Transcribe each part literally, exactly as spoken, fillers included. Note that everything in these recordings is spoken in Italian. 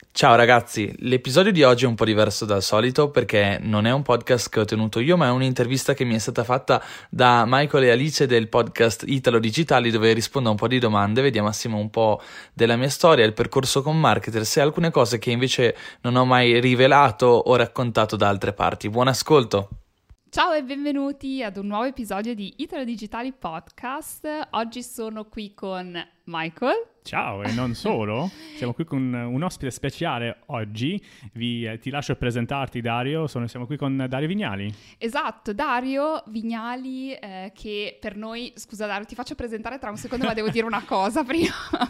Ciao ragazzi, l'episodio di oggi è un po' diverso dal solito perché non è un podcast che ho tenuto io, ma è un'intervista che mi è stata fatta da Michael e Alice del podcast Italo Digitali, dove rispondo a un po' di domande, vediamo assieme un po' della mia storia, il percorso con marketers e alcune cose che invece non ho mai rivelato o raccontato da altre parti. Buon ascolto! Ciao e benvenuti ad un nuovo episodio di Italo Digitali Podcast. Oggi sono qui con Michael. Ciao, e non solo, siamo qui con un ospite speciale oggi. Vi, eh, ti lascio presentarti, Dario. Sono, siamo qui con Dario Vignali. Esatto, Dario Vignali, eh, che per noi... Scusa Dario, ti faccio presentare tra un secondo, ma devo dire una cosa prima.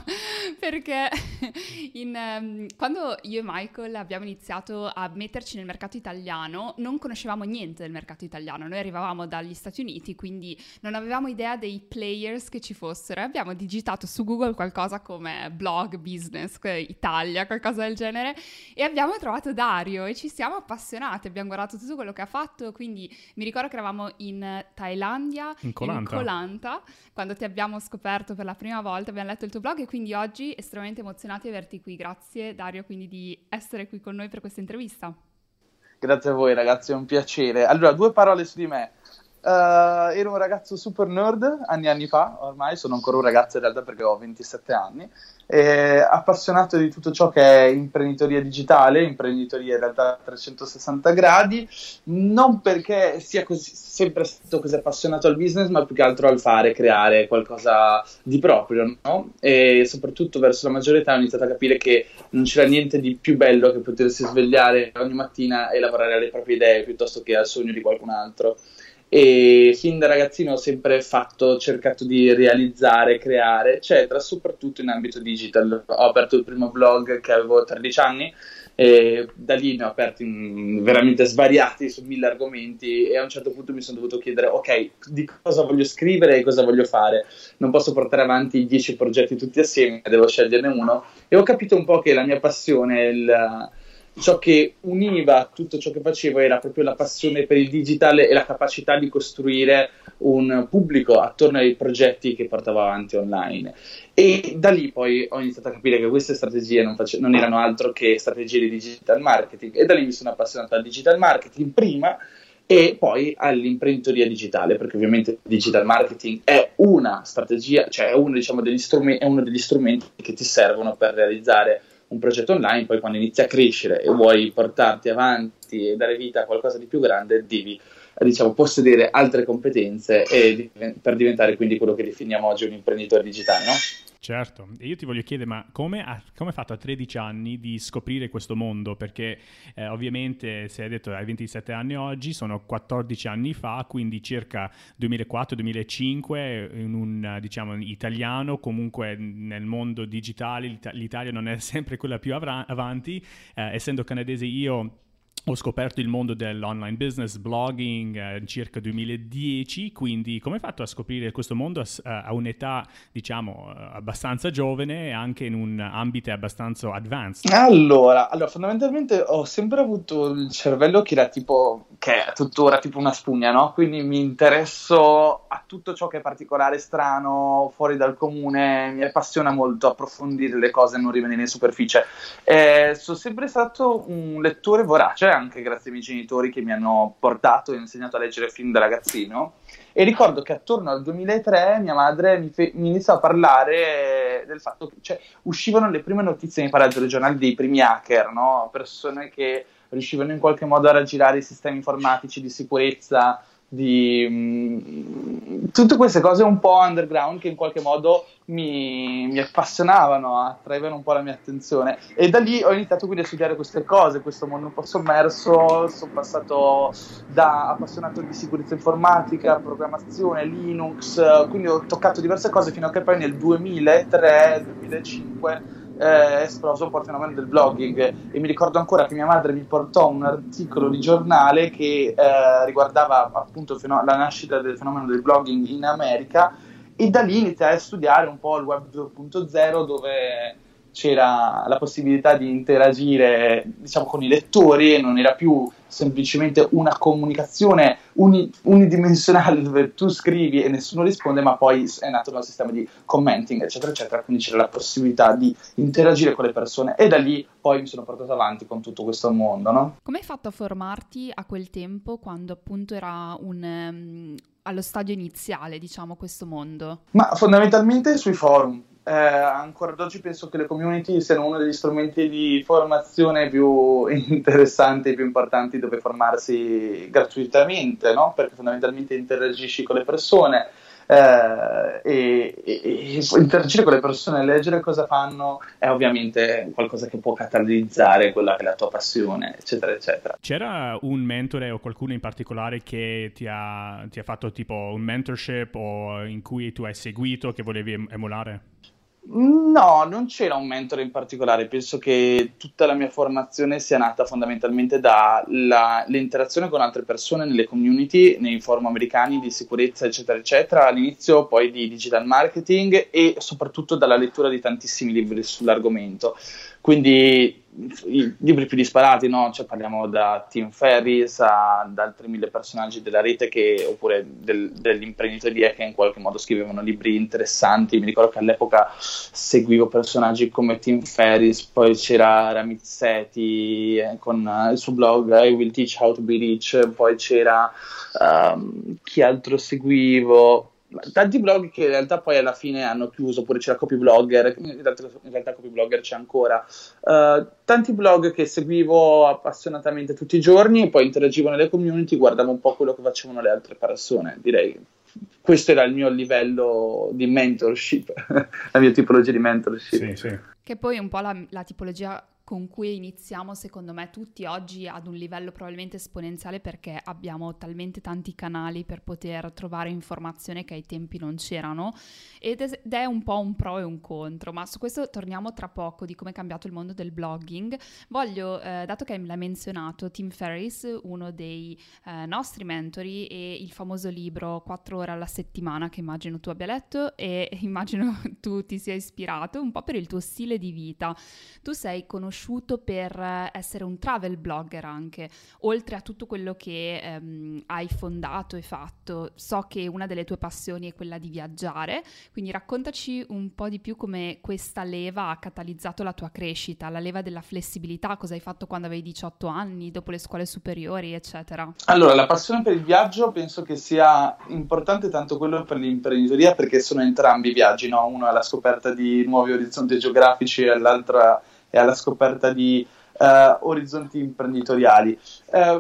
Perché in, um, quando io e Michael abbiamo iniziato a metterci nel mercato italiano, non conoscevamo niente del mercato italiano. Noi arrivavamo dagli Stati Uniti, quindi non avevamo idea dei players che ci fossero. Abbiamo digitato su Google qualcosa come blog, business, Italia, qualcosa del genere, e abbiamo trovato Dario e ci siamo appassionati, abbiamo guardato tutto quello che ha fatto, quindi mi ricordo che eravamo in Thailandia, in Koh Lanta, in Koh Lanta, quando ti abbiamo scoperto per la prima volta, abbiamo letto il tuo blog e quindi oggi estremamente emozionati di averti qui. Grazie Dario quindi di essere qui con noi per questa intervista. Grazie a voi ragazzi, è un piacere. Allora, due parole su di me. Uh, ero un ragazzo super nerd anni e anni fa, ormai sono ancora un ragazzo in realtà perché ho ventisette anni, e appassionato di tutto ciò che è imprenditoria digitale, imprenditoria in realtà a trecentosessanta gradi, non perché sia così, sempre stato così appassionato al business, ma più che altro al fare, creare qualcosa di proprio, no? E soprattutto verso la maggiore età ho iniziato a capire che non c'era niente di più bello che potersi svegliare ogni mattina e lavorare alle proprie idee piuttosto che al sogno di qualcun altro. E fin da ragazzino ho sempre fatto, cercato di realizzare, creare, eccetera, soprattutto in ambito digital. Ho aperto il primo blog che avevo tredici anni e da lì ne ho aperti in veramente svariati su mille argomenti e a un certo punto mi sono dovuto chiedere ok, di cosa voglio scrivere e cosa voglio fare. Non posso portare avanti dieci progetti tutti assieme, devo sceglierne uno, e ho capito un po' che la mia passione, il ciò che univa tutto ciò che facevo era proprio la passione per il digitale e la capacità di costruire un pubblico attorno ai progetti che portavo avanti online. E da lì poi ho iniziato a capire che queste strategie non, face- non erano altro che strategie di digital marketing, e da lì mi sono appassionato al digital marketing prima e poi all'imprenditoria digitale, perché ovviamente il digital marketing è una strategia, cioè è uno, diciamo, degli strumenti, è uno degli strumenti che ti servono per realizzare un progetto online. Poi quando inizi a crescere e vuoi portarti avanti e dare vita a qualcosa di più grande, devi, diciamo, possedere altre competenze e per diventare quindi quello che definiamo oggi un imprenditore digitale, no? Certo, e io ti voglio chiedere, ma come ha- come hai fatto a tredici anni di scoprire questo mondo? Perché eh, ovviamente, se hai detto hai ventisette anni oggi, sono quattordici anni fa, quindi circa duemilaquattro duemilacinque, in un, diciamo, italiano, comunque nel mondo digitale l'Ita- l'Italia non è sempre quella più avra- avanti. Eh, essendo canadese io ho scoperto il mondo dell'online business, blogging, eh, circa duemiladieci, quindi come hai fatto a scoprire questo mondo a, a un'età, diciamo, abbastanza giovane e anche in un ambito abbastanza advanced? Allora, allora, fondamentalmente ho sempre avuto il cervello che era tipo, che è tuttora tipo una spugna, no? Quindi mi interesso a tutto ciò che è particolare, strano, fuori dal comune, mi appassiona molto approfondire le cose e non rimanere in superficie. Eh, sono sempre stato un lettore vorace, anche grazie ai miei genitori che mi hanno portato e insegnato a leggere film da ragazzino, e ricordo che attorno al duemilatré mia madre mi, fe- mi iniziò a parlare del fatto che, cioè, uscivano le prime notizie nei paradagionali dei primi hacker, no? Persone che riuscivano in qualche modo a raggirare i sistemi informatici di sicurezza, di mh, tutte queste cose un po' underground che in qualche modo mi, mi appassionavano, attraevano un po' la mia attenzione, e da lì ho iniziato quindi a studiare queste cose, questo mondo un po' sommerso. Sono passato da appassionato di sicurezza informatica, programmazione, Linux, quindi ho toccato diverse cose fino a che poi nel duemilatré duemilacinque è esploso un po' il fenomeno del blogging, e mi ricordo ancora che mia madre mi portò un articolo di giornale che eh, riguardava appunto il feno- la nascita del fenomeno del blogging in America, e da lì iniziai a studiare un po' il web due punto zero, dove c'era la possibilità di interagire, diciamo, con i lettori, non era più semplicemente una comunicazione uni- unidimensionale dove tu scrivi e nessuno risponde, ma poi è nato un sistema di commenting, eccetera, eccetera, quindi c'era la possibilità di interagire con le persone e da lì poi mi sono portato avanti con tutto questo mondo, no? Come hai fatto a formarti a quel tempo, quando appunto era un... Um, allo stadio iniziale, diciamo, questo mondo? Ma fondamentalmente sui forum. Eh, ancora ad oggi penso che le community siano uno degli strumenti di formazione più interessanti e più importanti dove formarsi gratuitamente, no? Perché fondamentalmente interagisci con le persone eh, e, e, e interagire con le persone, leggere cosa fanno è ovviamente qualcosa che può catalizzare quella che è la tua passione, eccetera, eccetera. C'era un mentore o qualcuno in particolare che ti ha, ti ha fatto tipo un mentorship o in cui tu hai seguito, che volevi emulare? No, non c'era un mentore in particolare, penso che tutta la mia formazione sia nata fondamentalmente dall'interazione con altre persone nelle community, nei forum americani di sicurezza, eccetera, eccetera, all'inizio poi di digital marketing e soprattutto dalla lettura di tantissimi libri sull'argomento. Quindi i libri più disparati, no? Cioè parliamo da Tim Ferriss ad altri mille personaggi della rete che, oppure del, dell'imprenditoria che in qualche modo scrivevano libri interessanti. Mi ricordo che all'epoca seguivo personaggi come Tim Ferriss, poi c'era Ramit Sethi eh, con uh, il suo blog I Will Teach How to Be Rich, poi c'era um, chi altro seguivo, tanti blog che in realtà poi alla fine hanno chiuso, oppure c'era Copyblogger, in realtà, in realtà Copyblogger c'è ancora, uh, tanti blog che seguivo appassionatamente tutti i giorni e poi interagivo nelle community, guardavo un po' quello che facevano le altre persone, direi questo era il mio livello di mentorship, la mia tipologia di mentorship. Sì, sì. Che poi è un po' la, la tipologia con cui iniziamo secondo me tutti oggi ad un livello probabilmente esponenziale, perché abbiamo talmente tanti canali per poter trovare informazione che ai tempi non c'erano, ed è un po' un pro e un contro, ma su questo torniamo tra poco, di come è cambiato il mondo del blogging. Voglio, eh, dato che l'hai menzionato, Tim Ferriss, uno dei eh, nostri mentori, e il famoso libro quattro ore alla settimana che immagino tu abbia letto e immagino tu ti sia ispirato un po' per il tuo stile di vita. Tu sei conosciuto per essere un travel blogger anche, oltre a tutto quello che ehm, hai fondato e fatto. So che una delle tue passioni è quella di viaggiare, quindi raccontaci un po' di più come questa leva ha catalizzato la tua crescita, la leva della flessibilità, cosa hai fatto quando avevi diciotto anni, dopo le scuole superiori, eccetera. Allora, la passione per il viaggio penso che sia importante tanto quello per l'imprenditoria, perché sono entrambi viaggi, no? Uno è la scoperta di nuovi orizzonti geografici e l'altra e alla scoperta di uh, orizzonti imprenditoriali. Uh,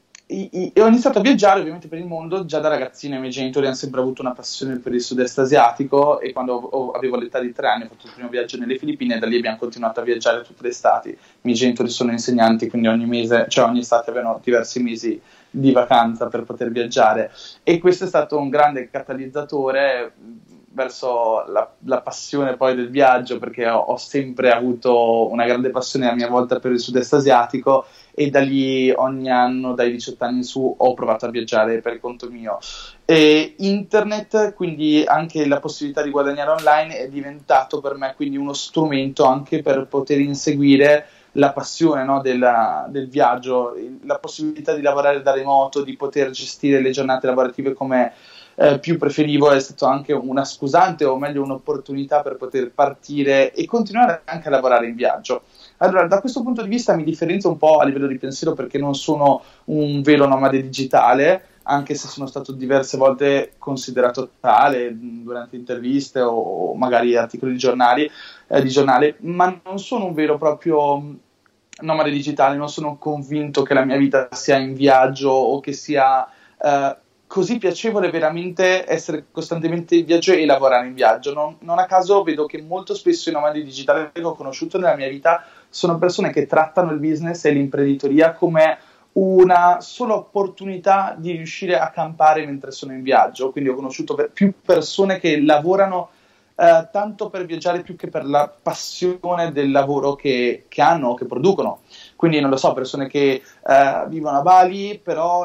e ho iniziato a viaggiare ovviamente per il mondo già da ragazzino. I miei genitori hanno sempre avuto una passione per il sud-est asiatico e quando ho, avevo l'età di tre anni ho fatto il primo viaggio nelle Filippine e da lì abbiamo continuato a viaggiare tutte le estati. I miei genitori sono insegnanti, quindi ogni mese, cioè ogni estate avevano diversi mesi di vacanza per poter viaggiare e questo è stato un grande catalizzatore verso la, la passione poi del viaggio, perché ho, ho sempre avuto una grande passione a mia volta per il sud-est asiatico e da lì ogni anno dai diciotto anni in su ho provato a viaggiare per conto mio. E internet, quindi anche la possibilità di guadagnare online, è diventato per me quindi uno strumento anche per poter inseguire la passione, no, della, del viaggio, la possibilità di lavorare da remoto, di poter gestire le giornate lavorative come Eh, più preferivo, è stato anche una scusante, o meglio un'opportunità per poter partire e continuare anche a lavorare in viaggio. Allora, da questo punto di vista mi differenzio un po' a livello di pensiero, perché non sono un vero nomade digitale, anche se sono stato diverse volte considerato tale durante interviste o magari articoli di giornali, eh, di giornale, ma non sono un vero proprio nomade digitale, non sono convinto che la mia vita sia in viaggio o che sia eh, così piacevole veramente essere costantemente in viaggio e lavorare in viaggio. Non, non a caso vedo che molto spesso i nomadi digitali che ho conosciuto nella mia vita sono persone che trattano il business e l'imprenditoria come una sola opportunità di riuscire a campare mentre sono in viaggio. Quindi ho conosciuto per più persone che lavorano eh, tanto per viaggiare più che per la passione del lavoro che, che hanno o che producono. Quindi non lo so, persone che eh, vivono a Bali però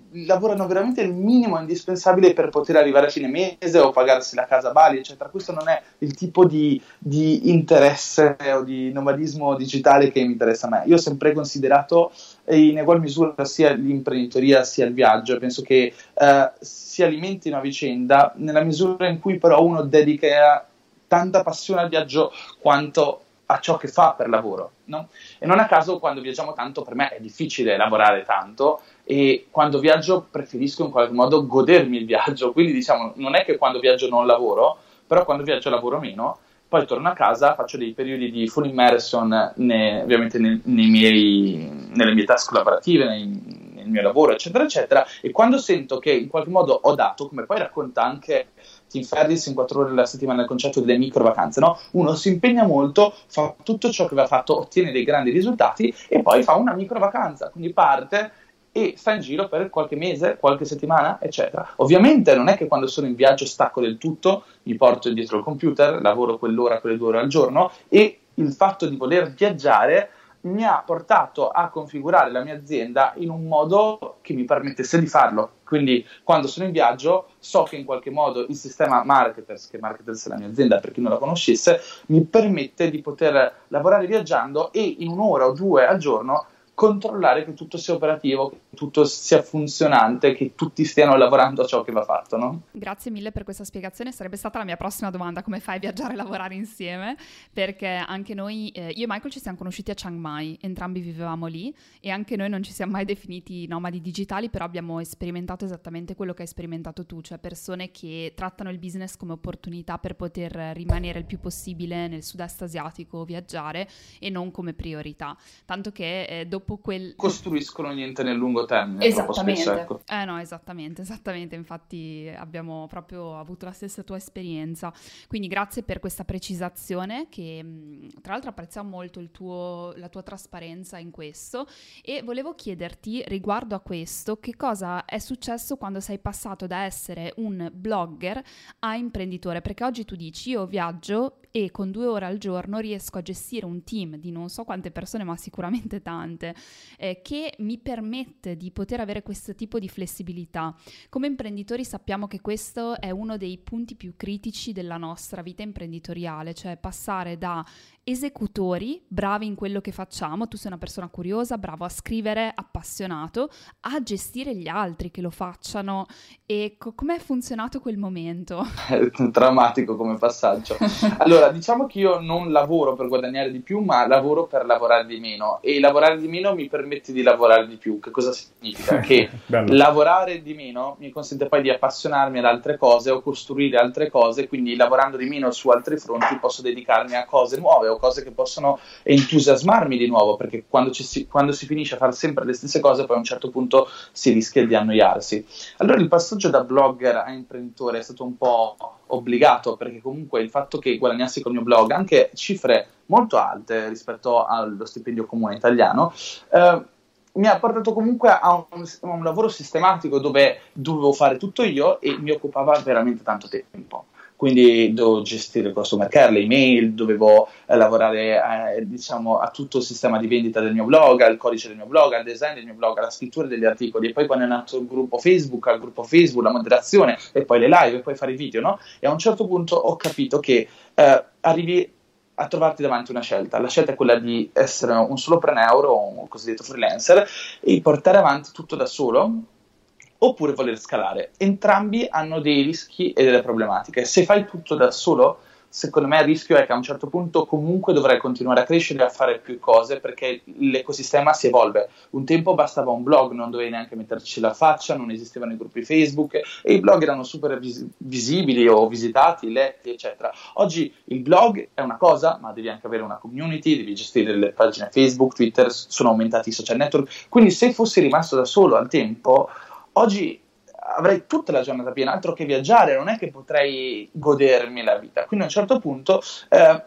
lavorano veramente il minimo indispensabile per poter arrivare a fine mese o pagarsi la casa a Bali, eccetera. Questo non è il tipo di, di interesse o di nomadismo digitale che mi interessa a me. Io ho sempre considerato in egual misura sia l'imprenditoria sia il viaggio, penso che eh, si alimentino a vicenda nella misura in cui però uno dedica tanta passione al viaggio quanto a ciò che fa per lavoro, no? E non a caso quando viaggiamo tanto per me è difficile lavorare tanto, e quando viaggio preferisco in qualche modo godermi il viaggio, quindi diciamo non è che quando viaggio non lavoro, però quando viaggio lavoro meno, poi torno a casa, faccio dei periodi di full immersion ne, ovviamente nei, nei miei, nelle mie task lavorative, nei, nel mio lavoro, eccetera, eccetera, e quando sento che in qualche modo ho dato, come poi racconta anche Tim Ferriss in quattro ore alla settimana, il concetto delle micro vacanze, no? Uno si impegna molto, fa tutto ciò che aveva fatto, ottiene dei grandi risultati e poi fa una micro vacanza, quindi parte e sta in giro per qualche mese, qualche settimana, eccetera. Ovviamente non è che quando sono in viaggio stacco del tutto, mi porto dietro il computer, lavoro quell'ora, quelle due ore al giorno, e il fatto di voler viaggiare mi ha portato a configurare la mia azienda in un modo che mi permettesse di farlo. Quindi quando sono in viaggio so che in qualche modo il sistema Marketers, che Marketers è la mia azienda per chi non la conoscesse, mi permette di poter lavorare viaggiando e in un'ora o due al giorno controllare che tutto sia operativo, che tutto sia funzionante, che tutti stiano lavorando a ciò che va fatto, no? Grazie mille per questa spiegazione, sarebbe stata la mia prossima domanda: come fai a viaggiare e lavorare insieme? Perché anche noi, eh, io e Michael ci siamo conosciuti a Chiang Mai, entrambi vivevamo lì e anche noi non ci siamo mai definiti nomadi digitali, però abbiamo sperimentato esattamente quello che hai sperimentato tu, cioè persone che trattano il business come opportunità per poter rimanere il più possibile nel sud-est asiatico, viaggiare, e non come priorità, tanto che eh, dopo quel... costruiscono niente nel lungo termine. Esattamente. Spesso, ecco. Eh no, esattamente, esattamente, infatti abbiamo proprio avuto la stessa tua esperienza, quindi grazie per questa precisazione che tra l'altro apprezziamo molto il tuo, la tua trasparenza in questo, e volevo chiederti riguardo a questo che cosa è successo quando sei passato da essere un blogger a imprenditore, perché oggi tu dici io viaggio e con due ore al giorno riesco a gestire un team di non so quante persone, ma sicuramente tante, eh, che mi permette di poter avere questo tipo di flessibilità. Come imprenditori sappiamo che questo è uno dei punti più critici della nostra vita imprenditoriale, cioè passare da esecutori bravi in quello che facciamo, tu sei una persona curiosa, bravo a scrivere, appassionato, a gestire gli altri che lo facciano. E co- com'è funzionato quel momento? È drammatico come passaggio. Allora, diciamo che io non lavoro per guadagnare di più, ma lavoro per lavorare di meno, e lavorare di meno mi permette di lavorare di più. Che cosa significa? Che lavorare di meno mi consente poi di appassionarmi ad altre cose o costruire altre cose, quindi lavorando di meno su altri fronti posso dedicarmi a cose nuove o cose che possono entusiasmarmi di nuovo, perché quando, ci si, quando si finisce a fare sempre le stesse cose poi a un certo punto si rischia di annoiarsi. Allora il passaggio da blogger a imprenditore è stato un po' obbligato, perché comunque il fatto che guadagnassi col mio blog anche cifre molto alte rispetto allo stipendio comune italiano eh, mi ha portato comunque a un, a un lavoro sistematico dove dovevo fare tutto io e mi occupava veramente tanto tempo. Quindi dovevo gestire il customer care, le email, dovevo eh, lavorare eh, diciamo, a tutto il sistema di vendita del mio blog, al codice del mio blog, al design del mio blog, alla scrittura degli articoli, e poi quando è nato il gruppo Facebook, al gruppo Facebook, la moderazione, e poi le live, e poi fare i video, no? E a un certo punto ho capito che eh, arrivi a trovarti davanti una scelta. La scelta è quella di essere un solopreneur o un cosiddetto freelancer e portare avanti tutto da solo, oppure voler scalare. Entrambi hanno dei rischi e delle problematiche. Se fai tutto da solo, secondo me il rischio è che a un certo punto comunque dovrai continuare a crescere e a fare più cose, perché l'ecosistema si evolve. Un tempo bastava un blog, non dovevi neanche metterci la faccia, non esistevano i gruppi Facebook e i blog erano super vis- visibili o visitati, letti, eccetera. Oggi il blog è una cosa, ma devi anche avere una community, devi gestire le pagine Facebook, Twitter, sono aumentati i social network. Quindi se fossi rimasto da solo al tempo, oggi avrei tutta la giornata piena, altro che viaggiare, non è che potrei godermi la vita. Quindi a un certo punto eh,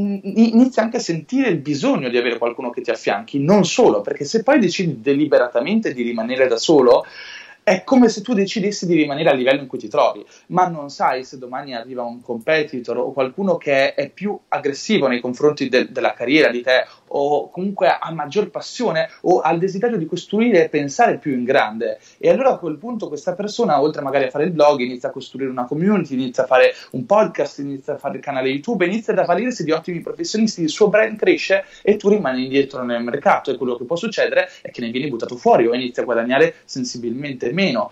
inizi anche a sentire il bisogno di avere qualcuno che ti affianchi, non solo, perché se poi decidi deliberatamente di rimanere da solo, è come se tu decidessi di rimanere al livello in cui ti trovi, ma non sai se domani arriva un competitor o qualcuno che è più aggressivo nei confronti de- della carriera di te, o comunque ha maggior passione o ha il desiderio di costruire e pensare più in grande. E allora a quel punto questa persona, oltre magari a fare il blog, inizia a costruire una community, inizia a fare un podcast, inizia a fare il canale YouTube, inizia ad avvalersi di ottimi professionisti, il suo brand cresce e tu rimani indietro nel mercato, e quello che può succedere è che ne vieni buttato fuori o inizi a guadagnare sensibilmente meno.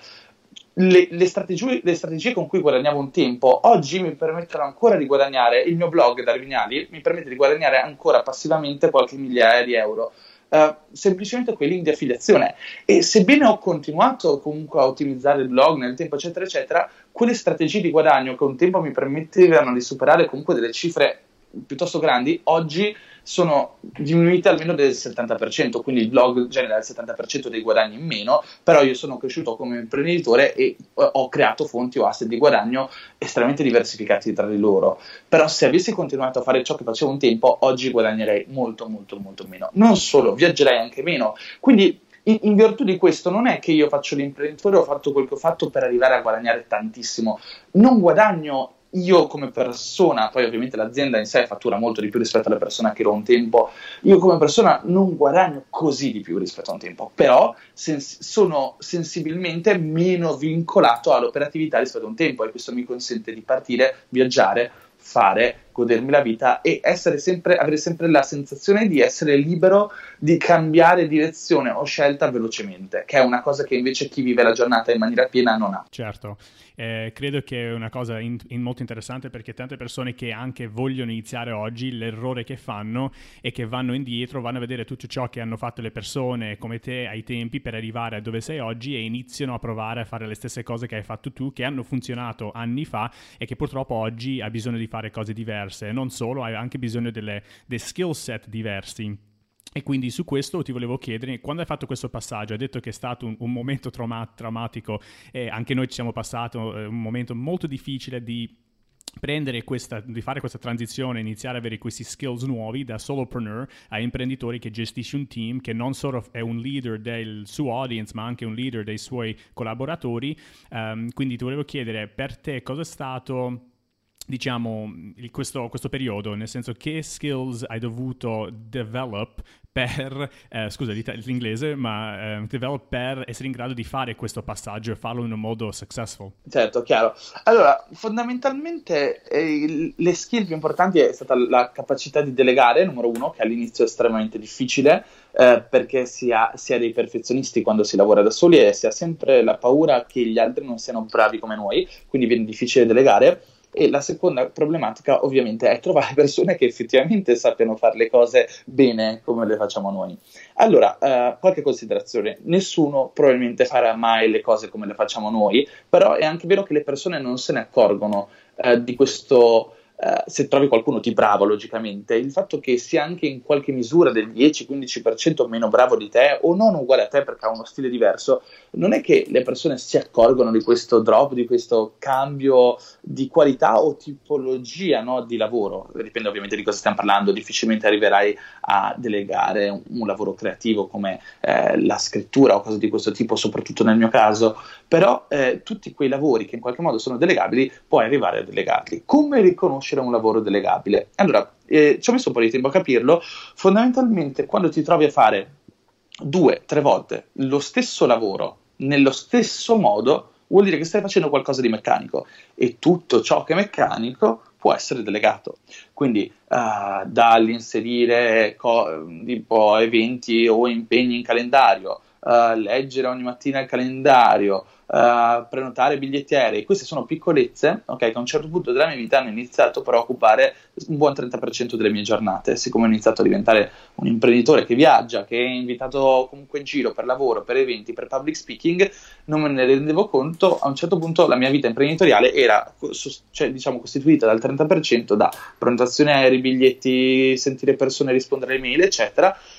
Le, le, strategie, le strategie con cui guadagnavo un tempo oggi mi permettono ancora di guadagnare. Il mio blog Dario Vignali mi permette di guadagnare ancora passivamente qualche migliaia di euro, uh, semplicemente quei link di affiliazione. E sebbene ho continuato comunque a ottimizzare il blog nel tempo eccetera eccetera, quelle strategie di guadagno che un tempo mi permettevano di superare comunque delle cifre piuttosto grandi, oggi sono diminuite almeno del settanta per cento, quindi il blog genera il settanta per cento dei guadagni in meno, però io sono cresciuto come imprenditore e ho creato fonti o asset di guadagno estremamente diversificati tra di loro. Però se avessi continuato a fare ciò che facevo un tempo, oggi guadagnerei molto molto molto meno. Non solo, viaggerei anche meno. Quindi in, in virtù di questo non è che io faccio l'imprenditore, ho fatto quel che ho fatto per arrivare a guadagnare tantissimo. Non guadagno io come persona, poi ovviamente l'azienda in sé fattura molto di più rispetto alla persona che ero un tempo, io come persona non guadagno così di più rispetto a un tempo, però sens- sono sensibilmente meno vincolato all'operatività rispetto a un tempo, e questo mi consente di partire, viaggiare, fare, godermi la vita e essere sempre, avere sempre la sensazione di essere libero di cambiare direzione o scelta velocemente, che è una cosa che invece chi vive la giornata in maniera piena non ha. Certo, eh, credo che è una cosa in, in molto interessante, perché tante persone che anche vogliono iniziare oggi, l'errore che fanno è che vanno indietro, vanno a vedere tutto ciò che hanno fatto le persone come te ai tempi per arrivare a dove sei oggi, e iniziano a provare a fare le stesse cose che hai fatto tu, che hanno funzionato anni fa e che purtroppo oggi hai bisogno di fare cose diverse. Non solo, hai anche bisogno delle, dei skill set diversi. E quindi su questo ti volevo chiedere, quando hai fatto questo passaggio, hai detto che è stato un, un momento trauma- traumatico, e anche noi ci siamo passato eh, un momento molto difficile di prendere questa, di fare questa transizione, iniziare ad avere questi skills nuovi da solopreneur a imprenditore che gestisce un team, che non solo è un leader del suo audience ma anche un leader dei suoi collaboratori. Um, quindi ti volevo chiedere, per te cosa è stato, diciamo, questo, questo periodo, nel senso, che skills hai dovuto develop per, eh, scusa l'inglese, ma eh, develop per essere in grado di fare questo passaggio e farlo in un modo successful? Certo, chiaro. Allora, fondamentalmente eh, le skill più importanti è stata la capacità di delegare, numero uno, che all'inizio è estremamente difficile, eh, perché si ha, si è dei perfezionisti quando si lavora da soli e si ha sempre la paura che gli altri non siano bravi come noi, quindi viene difficile delegare. E la seconda problematica ovviamente è trovare persone che effettivamente sappiano fare le cose bene come le facciamo noi. Allora, eh, qualche considerazione: nessuno probabilmente farà mai le cose come le facciamo noi, però è anche vero che le persone non se ne accorgono eh, di questo. Uh, se trovi qualcuno di bravo, logicamente, il fatto che sia anche in qualche misura del dieci quindici per cento meno bravo di te o non uguale a te perché ha uno stile diverso, non è che le persone si accorgono di questo drop, di questo cambio di qualità o tipologia, no, di lavoro. Dipende ovviamente di cosa stiamo parlando. Difficilmente arriverai a delegare un, un lavoro creativo come eh, la scrittura o cose di questo tipo, soprattutto nel mio caso, però eh, tutti quei lavori che in qualche modo sono delegabili puoi arrivare a delegarli. Come riconoscere un lavoro delegabile? Allora, eh, ci ho messo un po' di tempo a capirlo. Fondamentalmente, quando ti trovi a fare due, tre volte lo stesso lavoro nello stesso modo, vuol dire che stai facendo qualcosa di meccanico, e tutto ciò che è meccanico può essere delegato. Quindi uh, dall'inserire co- tipo eventi o impegni in calendario, uh, leggere ogni mattina il calendario, Uh, prenotare biglietti aerei, queste sono piccolezze, okay, che a un certo punto della mia vita hanno iniziato però a occupare un buon trenta per cento delle mie giornate. Siccome ho iniziato a diventare un imprenditore che viaggia, che è invitato comunque in giro per lavoro, per eventi, per public speaking, non me ne rendevo conto. A un certo punto la mia vita imprenditoriale era, cioè, diciamo, costituita dal trenta per cento da prenotazione aerei, biglietti, sentire persone, rispondere alle mail, eccetera,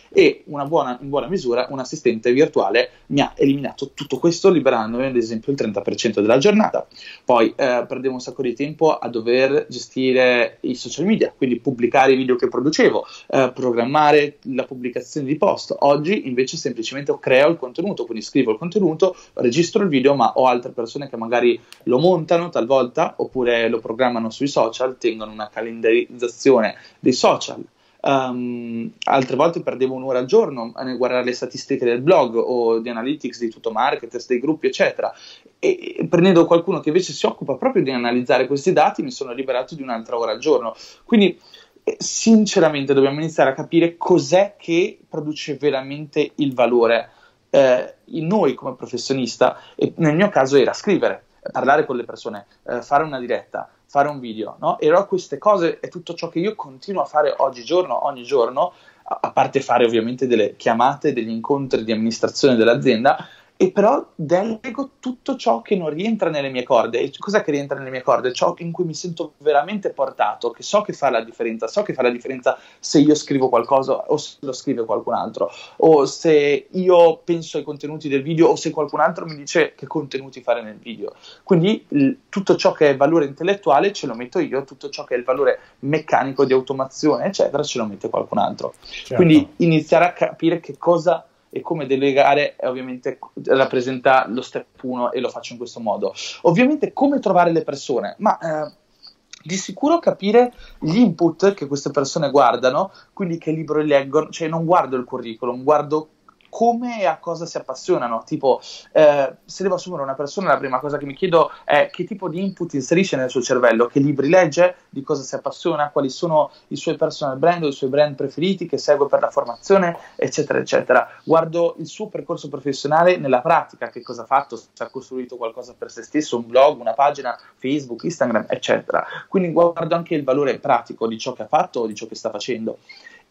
e una buona, in buona misura un assistente virtuale mi ha eliminato tutto questo, liberandomi ad esempio il trenta per cento della giornata. Poi eh, perdevo un sacco di tempo a dover gestire i social media, quindi pubblicare i video che producevo, eh, programmare la pubblicazione di post. Oggi invece semplicemente creo il contenuto, quindi scrivo il contenuto, registro il video, ma ho altre persone che magari lo montano talvolta oppure lo programmano sui social, tengono una calendarizzazione dei social. Um, altre volte perdevo un'ora al giorno nel guardare le statistiche del blog o di analytics di tutto marketers, dei gruppi eccetera, e, e prendendo qualcuno che invece si occupa proprio di analizzare questi dati mi sono liberato di un'altra ora al giorno. Quindi eh, sinceramente dobbiamo iniziare a capire cos'è che produce veramente il valore eh, in noi come professionista, e nel mio caso era scrivere, parlare con le persone, eh, fare una diretta, fare un video, no? E queste cose è tutto ciò che io continuo a fare oggigiorno, ogni giorno, a, a parte fare ovviamente delle chiamate, degli incontri di amministrazione dell'azienda, e però delego tutto ciò che non rientra nelle mie corde. E cos'è che rientra nelle mie corde? Ciò in cui mi sento veramente portato, che so che fa la differenza, so che fa la differenza se io scrivo qualcosa o se lo scrive qualcun altro, o se io penso ai contenuti del video o se qualcun altro mi dice che contenuti fare nel video. Quindi l- tutto ciò che è valore intellettuale ce lo metto io, tutto ciò che è il valore meccanico di automazione eccetera ce lo mette qualcun altro. Certo. Quindi iniziare a capire che cosa e come delegare ovviamente rappresenta lo step uno, e lo faccio in questo modo. Ovviamente come trovare le persone, ma eh, di sicuro capire gli input che queste persone guardano, quindi che libro leggono, cioè non guardo il curriculum, guardo come e a cosa si appassionano. Tipo eh, se devo assumere una persona, la prima cosa che mi chiedo è che tipo di input inserisce nel suo cervello, che libri legge, di cosa si appassiona, quali sono i suoi personal brand o i suoi brand preferiti che segue per la formazione eccetera eccetera. Guardo il suo percorso professionale nella pratica, che cosa ha fatto, se ha costruito qualcosa per se stesso, un blog, una pagina Facebook, Instagram eccetera. Quindi guardo anche il valore pratico di ciò che ha fatto o di ciò che sta facendo.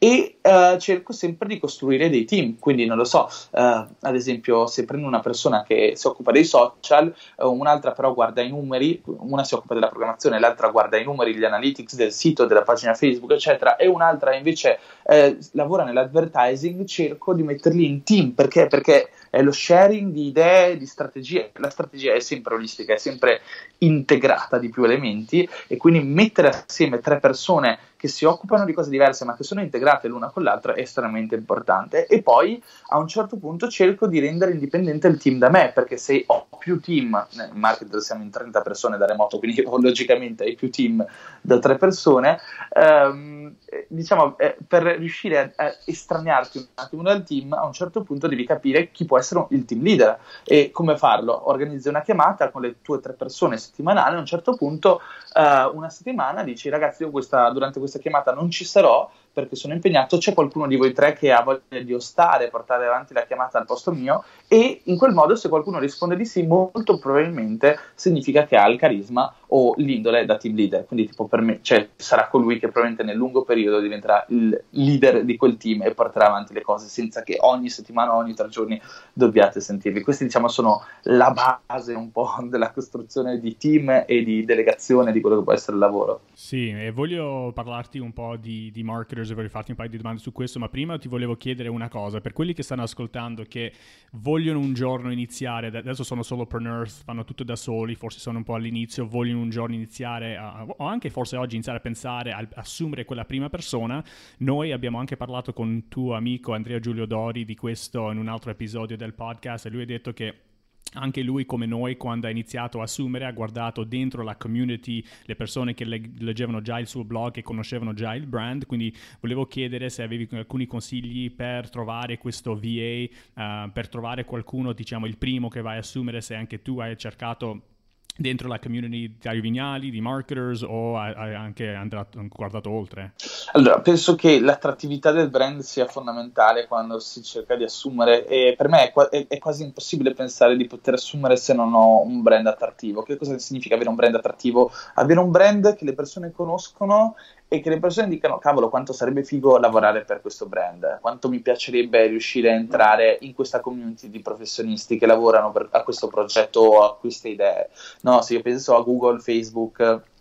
E uh, cerco sempre di costruire dei team, quindi non lo so, uh, ad esempio se prendo una persona che si occupa dei social, uh, un'altra però guarda i numeri, una si occupa della programmazione, l'altra guarda i numeri, gli analytics del sito, della pagina Facebook eccetera, e un'altra invece uh, lavora nell'advertising, cerco di metterli in team. Perché? Perché è lo sharing di idee, di strategie. La strategia è sempre olistica, è sempre integrata di più elementi, e quindi mettere assieme tre persone che si occupano di cose diverse ma che sono integrate l'una con l'altra è estremamente importante. E poi a un certo punto cerco di rendere indipendente il team da me, perché se ho più team, nel marketing siamo in trenta persone da remoto, quindi logicamente hai più team da tre persone, ehm, diciamo eh, per riuscire a, a estraniarti un attimo dal team, a un certo punto devi capire chi può essere il team leader e come farlo. Organizzi una chiamata con le tue tre persone settimanali, a un certo punto eh, una settimana dici: ragazzi, io questa, durante questa chiamata non ci sarò perché sono impegnato, c'è qualcuno di voi tre che ha voglia di ostare, portare avanti la chiamata al posto mio? E in quel modo, se qualcuno risponde di sì, molto probabilmente significa che ha il carisma o l'indole da team leader. Quindi tipo per me, cioè, sarà colui che probabilmente nel lungo periodo diventerà il leader di quel team e porterà avanti le cose senza che ogni settimana, ogni tre giorni dobbiate sentirli. Questi, diciamo, sono la base un po' della costruzione di team e di delegazione di quello che può essere il lavoro. Sì, e voglio parlarti un po' di, di marketers, e voglio farti un paio di domande su questo, ma prima ti volevo chiedere una cosa. Per quelli che stanno ascoltando, che vogliono un giorno iniziare, adesso sono solopreneurs, fanno tutto da soli, forse sono un po' all'inizio, vogliono un giorno iniziare a, o anche forse oggi iniziare a pensare a assumere quella prima persona. Noi abbiamo anche parlato con un tuo amico Andrea Giulio Dori di questo in un altro episodio del podcast, e lui ha detto che anche lui, come noi, quando ha iniziato a assumere, ha guardato dentro la community le persone che le- leggevano già il suo blog e conoscevano già il brand. Quindi volevo chiedere se avevi alcuni consigli per trovare questo V A, uh, per trovare qualcuno, diciamo il primo che vai a assumere, se anche tu hai cercato dentro la community di Dario Vignali, di marketers, o hai anche andato, guardato oltre? Allora, penso che l'attrattività del brand sia fondamentale quando si cerca di assumere, e per me è, qua- è, è quasi impossibile pensare di poter assumere se non ho un brand attrattivo. Che cosa significa avere un brand attrattivo? Avere un brand che le persone conoscono e che le persone dicano: cavolo, quanto sarebbe figo lavorare per questo brand, quanto mi piacerebbe riuscire a entrare in questa community di professionisti che lavorano per, a questo progetto o a queste idee. No, se io penso a Google, Facebook,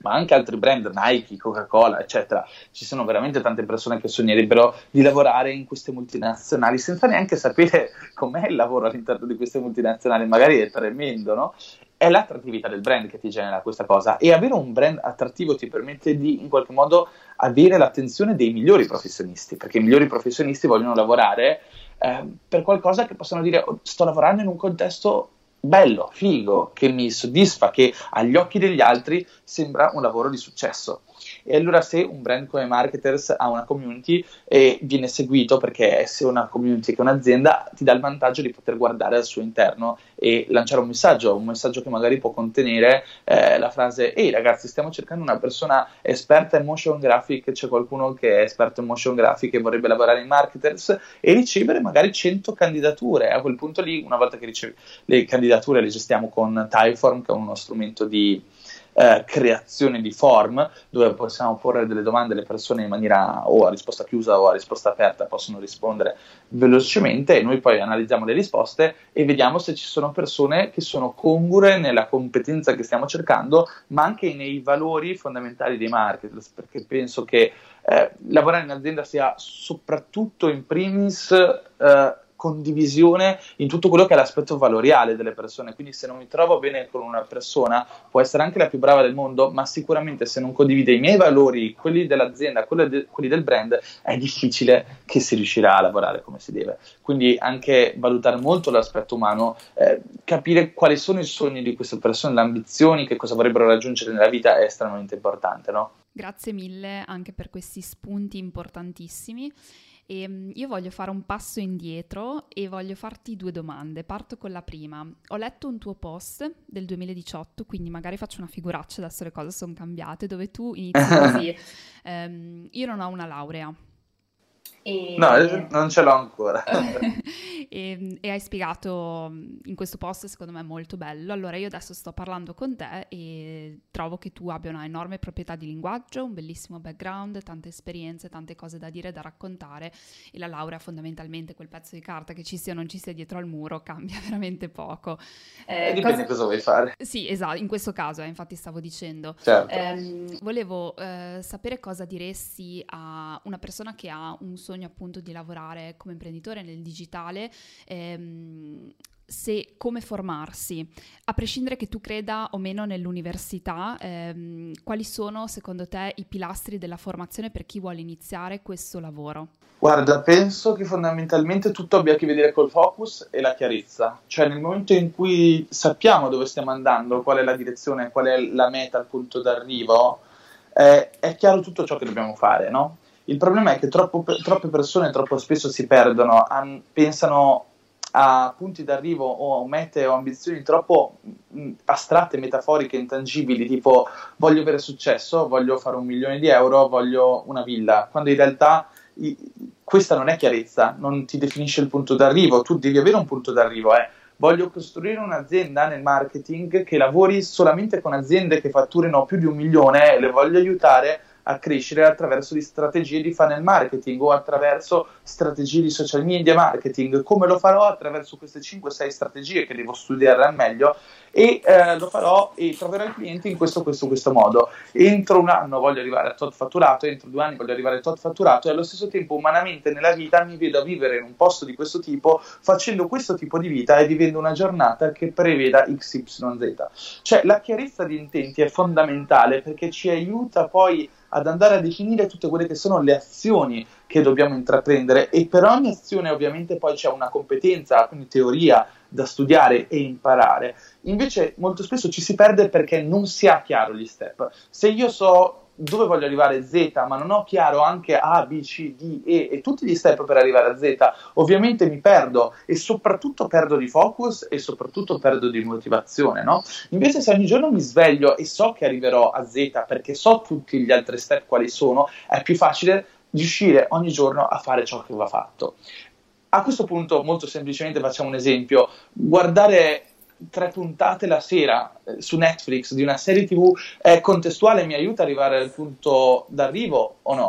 ma anche altri brand, Nike, Coca-Cola, eccetera. Ci sono veramente tante persone che sognerebbero di lavorare in queste multinazionali senza neanche sapere com'è il lavoro all'interno di queste multinazionali, magari è tremendo, no? È l'attrattività del brand che ti genera questa cosa, e avere un brand attrattivo ti permette di in qualche modo avere l'attenzione dei migliori professionisti, perché i migliori professionisti vogliono lavorare eh, per qualcosa che possono dire: oh, sto lavorando in un contesto bello, figo, che mi soddisfa, che agli occhi degli altri sembra un lavoro di successo. E allora se un brand come Marketers ha una community e viene seguito, perché se una community che un'azienda ti dà il vantaggio di poter guardare al suo interno e lanciare un messaggio, un messaggio che magari può contenere eh, la frase: ehi ragazzi, stiamo cercando una persona esperta in motion graphic, c'è qualcuno che è esperto in motion graphic e vorrebbe lavorare in Marketers, e ricevere magari cento candidature. A quel punto lì, una volta che ricevi le candidature, le gestiamo con Typeform, che è uno strumento di Eh, creazione di form, dove possiamo porre delle domande, le persone in maniera o a risposta chiusa o a risposta aperta possono rispondere velocemente, e noi poi analizziamo le risposte e vediamo se ci sono persone che sono congrue nella competenza che stiamo cercando, ma anche nei valori fondamentali dei marketers, perché penso che eh, lavorare in azienda sia soprattutto in primis eh, condivisione in tutto quello che è l'aspetto valoriale delle persone. Quindi se non mi trovo bene con una persona, può essere anche la più brava del mondo, ma sicuramente se non condivide i miei valori, quelli dell'azienda, quelli, de- quelli del brand, è difficile che si riuscirà a lavorare come si deve. Quindi anche valutare molto l'aspetto umano, eh, capire quali sono i sogni di queste persone, le ambizioni, che cosa vorrebbero raggiungere nella vita, è estremamente importante, no? Grazie mille anche per questi spunti importantissimi. E io voglio fare un passo indietro e voglio farti due domande. Parto con la prima. Ho letto un tuo post del duemiladiciotto, quindi magari faccio una figuraccia, adesso le cose sono cambiate, dove tu inizi così: ehm, io non ho una laurea. E... No, non ce l'ho ancora. e, e hai spiegato in questo post, secondo me molto bello. Allora io adesso sto parlando con te e trovo che tu abbia una enorme proprietà di linguaggio, un bellissimo background, tante esperienze, tante cose da dire, da raccontare, e la laurea fondamentalmente, quel pezzo di carta che ci sia o non ci sia dietro al muro, cambia veramente poco. Eh, dipende cosa... cosa vuoi fare. Sì, esatto, in questo caso eh, infatti stavo dicendo. Certo. Eh, volevo eh, sapere cosa diresti a una persona che ha un sogno appunto di lavorare come imprenditore nel digitale, ehm, se come formarsi, a prescindere che tu creda o meno nell'università, ehm, quali sono secondo te i pilastri della formazione per chi vuole iniziare questo lavoro? Guarda, penso che fondamentalmente tutto abbia a che vedere col focus e la chiarezza, cioè nel momento in cui sappiamo dove stiamo andando, qual è la direzione, qual è la meta, il punto d'arrivo, eh, è chiaro tutto ciò che dobbiamo fare, no? Il problema è che troppo, troppe persone troppo spesso si perdono, an, pensano a punti d'arrivo o mete o ambizioni troppo mh, astratte, metaforiche, intangibili, tipo voglio avere successo, voglio fare un milione di euro, voglio una villa, quando in realtà i, questa non è chiarezza, non ti definisce il punto d'arrivo. Tu devi avere un punto d'arrivo, eh. Voglio costruire un'azienda nel marketing che lavori solamente con aziende che fatturino più di un milione e le voglio aiutare a crescere attraverso di strategie di funnel marketing o attraverso strategie di social media marketing. Come lo farò? Attraverso queste cinque sei strategie che devo studiare al meglio, e eh, lo farò e troverò i clienti in questo, questo, questo modo. Entro un anno voglio arrivare a tot fatturato, entro due anni voglio arrivare a tot fatturato, e allo stesso tempo umanamente nella vita mi vedo a vivere in un posto di questo tipo, facendo questo tipo di vita e vivendo una giornata che preveda X Y Z. Cioè la chiarezza di intenti è fondamentale, perché ci aiuta poi ad andare a definire tutte quelle che sono le azioni che dobbiamo intraprendere, e per ogni azione ovviamente poi c'è una competenza, quindi teoria da studiare e imparare. Invece molto spesso ci si perde perché non si ha chiaro gli step. Se io so dove voglio arrivare Z, ma non ho chiaro anche A, B, C, D, E e tutti gli step per arrivare a Z, ovviamente mi perdo, e soprattutto perdo di focus e soprattutto perdo di motivazione, no? Invece se ogni giorno mi sveglio e so che arriverò a Z perché so tutti gli altri step quali sono, è più facile riuscire ogni giorno a fare ciò che va fatto. A questo punto molto semplicemente facciamo un esempio: guardare tre puntate la sera eh, su Netflix di una serie tivù è contestuale, mi aiuta ad arrivare al punto d'arrivo o no?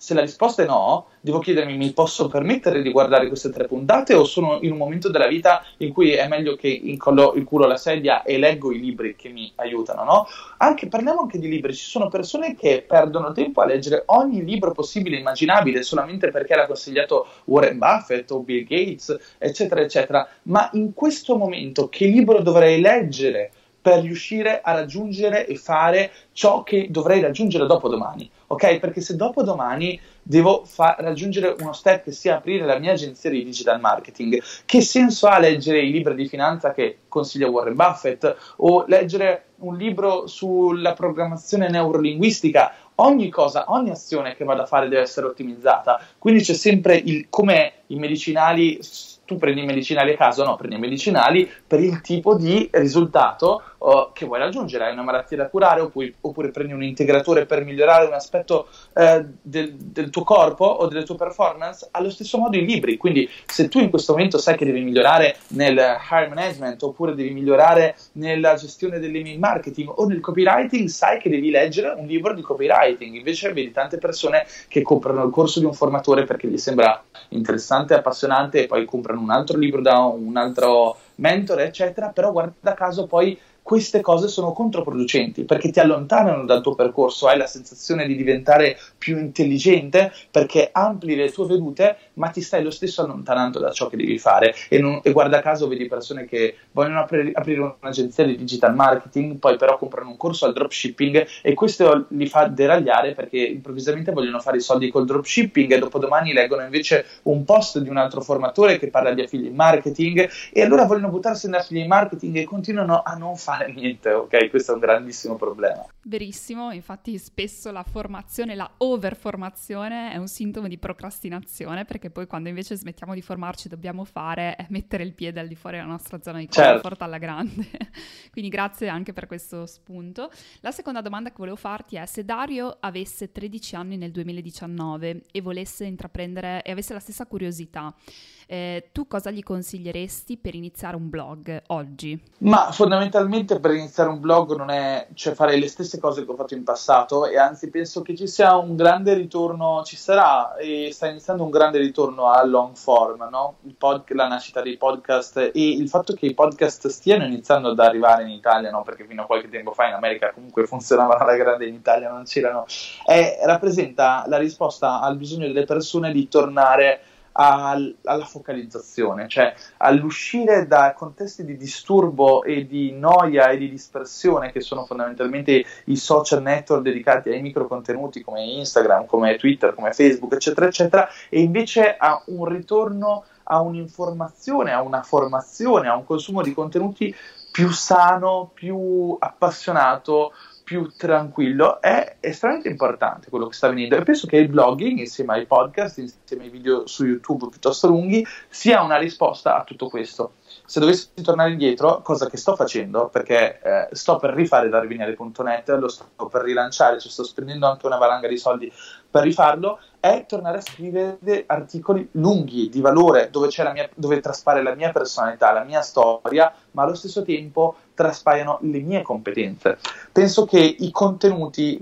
Se la risposta è no, devo chiedermi, mi posso permettere di guardare queste tre puntate o sono in un momento della vita in cui è meglio che incollo il culo alla sedia e leggo i libri che mi aiutano, no? Anche, parliamo anche di libri, ci sono persone che perdono tempo a leggere ogni libro possibile e immaginabile solamente perché l'ha consigliato Warren Buffett o Bill Gates, eccetera, eccetera. Ma in questo momento che libro dovrei leggere per riuscire a raggiungere e fare ciò che dovrei raggiungere dopodomani, ok? Perché se dopodomani devo fa- raggiungere uno step che sia aprire la mia agenzia di digital marketing, che senso ha leggere i libri di finanza che consiglia Warren Buffett o leggere un libro sulla programmazione neurolinguistica? Ogni cosa, ogni azione che vado a fare deve essere ottimizzata, quindi c'è sempre il come i medicinali. Tu prendi i medicinali a caso? No, prendi i medicinali per il tipo di risultato uh, che vuoi raggiungere. Hai una malattia da curare oppure, oppure prendi un integratore per migliorare un aspetto uh, del, del tuo corpo o delle tue performance. Allo stesso modo i libri, quindi se tu in questo momento sai che devi migliorare nel hire management oppure devi migliorare nella gestione dell'email marketing o nel copywriting, sai che devi leggere un libro di copywriting. Invece vedi tante persone che comprano il corso di un formatore perché gli sembra interessante, appassionante e poi comprano un altro libro da un altro mentore, eccetera, però guarda caso poi queste cose sono controproducenti perché ti allontanano dal tuo percorso, hai la sensazione di diventare più intelligente perché ampli le tue vedute, ma ti stai lo stesso allontanando da ciò che devi fare. E, non, e guarda caso vedi persone che vogliono aprire, aprire un'agenzia di digital marketing, poi però comprano un corso al dropshipping e questo li fa deragliare perché improvvisamente vogliono fare i soldi col dropshipping e dopodomani leggono invece un post di un altro formatore che parla di affiliate marketing e allora vogliono buttarsi in affiliate marketing e continuano a non fare niente, ok? Questo è un grandissimo problema. Verissimo, infatti spesso la formazione, la overformazione è un sintomo di procrastinazione, perché poi quando invece smettiamo di formarci dobbiamo fare è mettere il piede al di fuori della nostra zona di comfort, certo, alla grande. Quindi grazie anche per questo spunto. La seconda domanda che volevo farti è: se Dario avesse tredici anni nel duemiladiciannove e volesse intraprendere e avesse la stessa curiosità, Eh, tu cosa gli consiglieresti per iniziare un blog oggi? Ma fondamentalmente per iniziare un blog non è, cioè, fare le stesse cose che ho fatto in passato, e anzi penso che ci sia un grande ritorno, ci sarà e sta iniziando un grande ritorno al long form, no? Il pod, la nascita dei podcast e il fatto che i podcast stiano iniziando ad arrivare in Italia, no? Perché fino a qualche tempo fa in America comunque funzionavano alla grande, in Italia non c'erano, è, rappresenta la risposta al bisogno delle persone di tornare Al, alla focalizzazione, cioè all'uscire da contesti di disturbo e di noia e di dispersione che sono fondamentalmente i social network dedicati ai micro contenuti come Instagram, come Twitter, come Facebook, eccetera, eccetera, e invece a un ritorno a un'informazione, a una formazione, a un consumo di contenuti più sano, più appassionato, più tranquillo. È estremamente importante quello che sta avvenendo e penso che il blogging insieme ai podcast, insieme ai video su YouTube piuttosto lunghi, sia una risposta a tutto questo. Se dovessi tornare indietro, cosa che sto facendo, perché eh, sto per rifare darvignale punto net, lo sto per rilanciare, ci sto spendendo anche una valanga di soldi per rifarlo, è tornare a scrivere articoli lunghi, di valore, dove, c'è la mia, dove traspare la mia personalità, la mia storia, ma allo stesso tempo traspaiano le mie competenze. Penso che i contenuti...